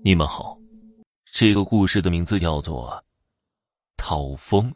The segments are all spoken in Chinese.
你们好，这个故事的名字叫做讨风。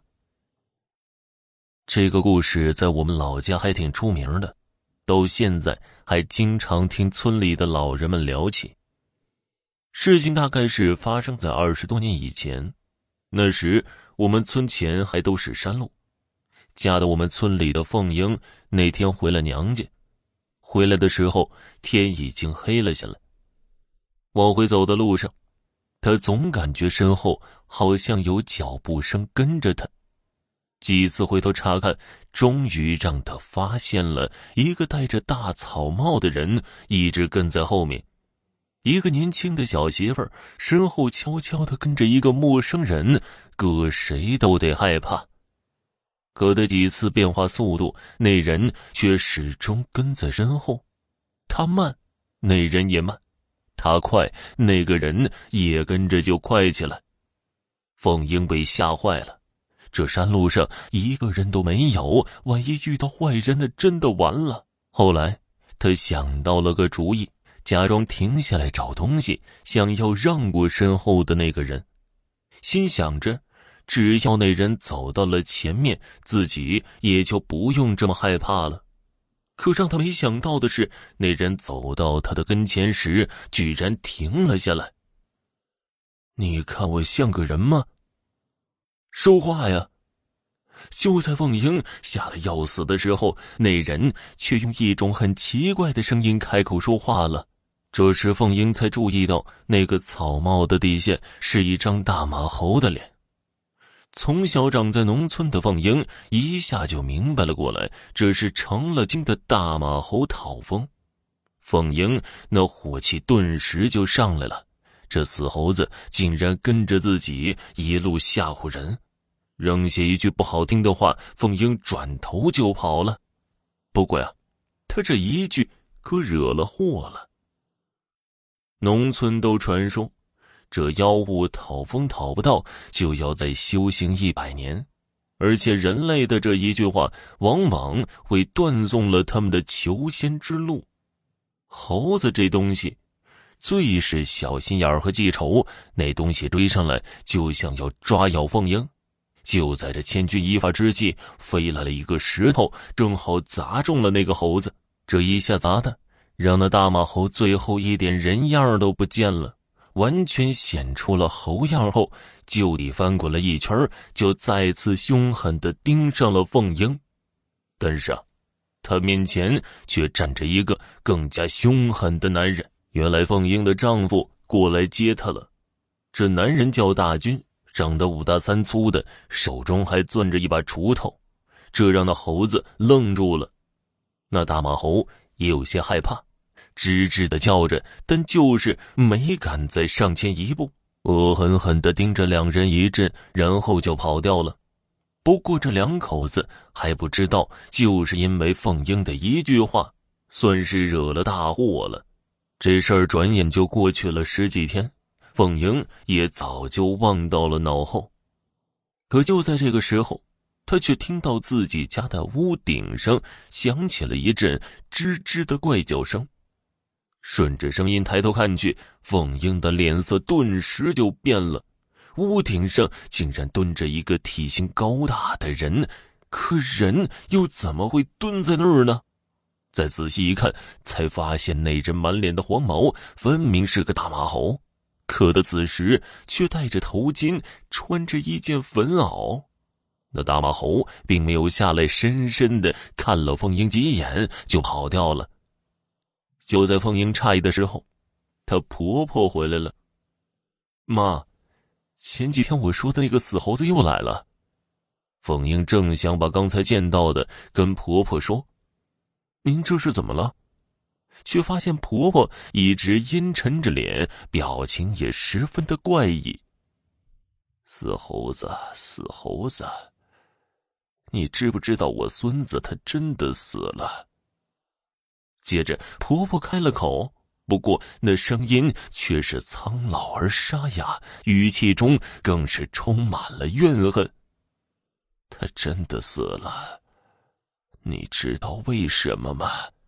这个故事在我们老家还挺出名的，到现在还经常听村里的老人们聊起。事情大概是发生在20多年以前，那时我们村前还都是山路，嫁到我们村里的凤英那天回了娘家，回来的时候天已经黑了下来。往回走的路上，他总感觉身后好像有脚步声跟着他，几次回头查看，终于让他发现了一个戴着大草帽的人一直跟在后面。一个年轻的小媳妇儿身后悄悄地跟着一个陌生人，搁谁都得害怕。可他几次变化速度，那人却始终跟在身后。他慢，那人也慢；他快，那个人也跟着就快起来。凤英被吓坏了，这山路上一个人都没有，万一遇到坏人，那真的完了。后来他想到了个主意，假装停下来找东西，想要让过身后的那个人，心想着只要那人走到了前面，自己也就不用这么害怕了。可让他没想到的是，那人走到他的跟前时，居然停了下来。你看我像个人吗？说话呀！就在凤英吓得要死的时候，那人却用一种很奇怪的声音开口说话了。这时凤英才注意到，那个草帽的底下是一张大马猴的脸。从小长在农村的凤英一下就明白了过来，这是成了精的大马猴讨风。凤英那火气顿时就上来了，这死猴子竟然跟着自己一路吓唬人，扔下一句不好听的话，凤英转头就跑了。不过呀，他这一句可惹了祸了。农村都传说，这妖物讨风讨不到，就要再修行100年，而且人类的这一句话往往会断送了他们的求仙之路。猴子这东西最是小心眼和记仇，那东西追上来就像要抓咬凤英。就在这千钧一发之际，飞来了一个石头，正好砸中了那个猴子。这一下砸的让那大马猴最后一点人样都不见了，完全显出了猴样后，就地翻滚了一圈，就再次凶狠地盯上了凤英。但是他面前却站着一个更加凶狠的男人。原来凤英的丈夫过来接她了。这男人叫大军，长得5大3粗的，手中还攥着一把锄头，这让那猴子愣住了。那大马猴也有些害怕，吱吱地叫着，但就是没敢再上前一步，恶狠狠地盯着两人一阵，然后就跑掉了。不过这两口子还不知道，就是因为凤英的一句话，算是惹了大祸了。这事儿转眼就过去了10几天，凤英也早就忘到了脑后。可就在这个时候，他却听到自己家的屋顶上响起了一阵吱吱的怪叫声。顺着声音抬头看去，凤英的脸色顿时就变了。屋顶上竟然蹲着一个体型高大的人，可人又怎么会蹲在那儿呢？再仔细一看，才发现那人满脸的黄毛，分明是个大马猴，可他此时却戴着头巾，穿着一件粉袄。那大马猴并没有下来，深深地看了凤英几眼就跑掉了。就在凤英诧异的时候，她婆婆回来了。妈，前几天我说的那个死猴子又来了。凤英正想把刚才见到的跟婆婆说，您这是怎么了？却发现婆婆一直阴沉着脸，表情也十分的怪异。死猴子，死猴子，你知不知道我孙子他真的死了？接着婆婆开了口，不过那声音却是苍老而沙哑，语气中更是充满了怨恨。他真的死了，你知道为什么吗？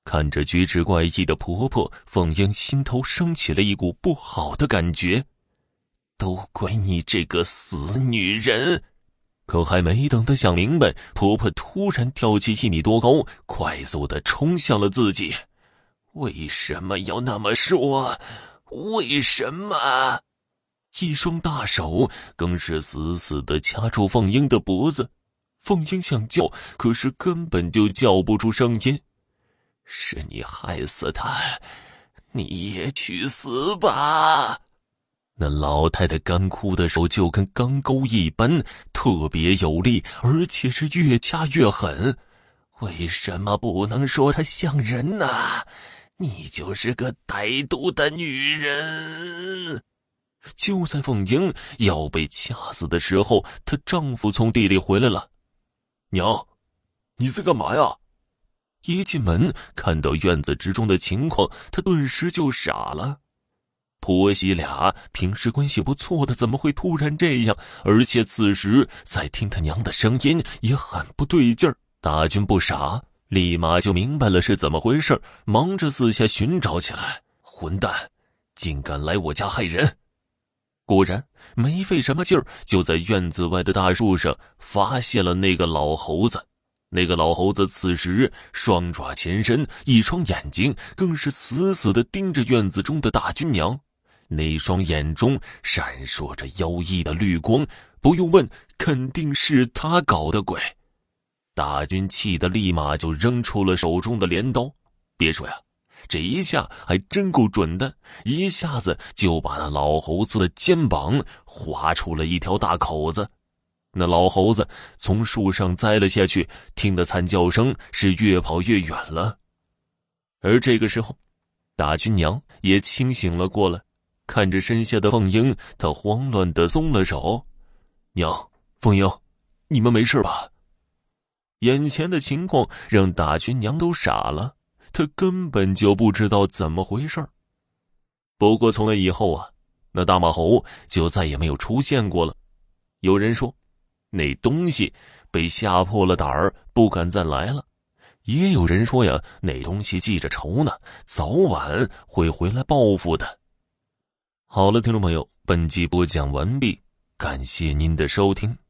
看着举止怪异的婆婆，凤英心头升起了一股不好的感觉。都怪你这个死女人！可还没等她想明白，婆婆突然跳起1米多高，快速地冲向了自己。为什么要那么说？为什么？一双大手更是死死地掐住凤英的脖子。凤英想叫，可是根本就叫不出声音。是你害死他，你也去死吧！那老太太干枯的手就跟钢钩一般，特别有力，而且是越掐越狠。为什么不能说她像人呢？你就是个歹毒的女人！就在凤英要被掐死的时候，她丈夫从地里回来了。娘，你在干嘛呀？一进门看到院子之中的情况，她顿时就傻了。婆媳俩平时关系不错的，怎么会突然这样？而且此时再听他娘的声音也很不对劲儿。大军不傻，立马就明白了是怎么回事，忙着四下寻找起来。混蛋，竟敢来我家害人！果然没费什么劲儿，就在院子外的大树上发现了那个老猴子。那个老猴子此时双爪前伸，一双眼睛更是死死地盯着院子中的大军娘。那双眼中闪烁着妖异的绿光，不用问，肯定是他搞的鬼。大军气得立马就扔出了手中的镰刀。别说呀，这一下还真够准的，一下子就把那老猴子的肩膀划出了一条大口子。那老猴子从树上栽了下去，听得惨叫声是越跑越远了。而这个时候，大军娘也清醒了过来，看着身下的凤英，她慌乱地松了手。娘，凤英，你们没事吧？眼前的情况让大军娘都傻了，她根本就不知道怎么回事。不过从那以后啊，那大马猴就再也没有出现过了。有人说那东西被吓破了胆儿，不敢再来了。也有人说呀，那东西记着仇呢，早晚会回来报复的。好了，听众朋友，本集播讲完毕，感谢您的收听。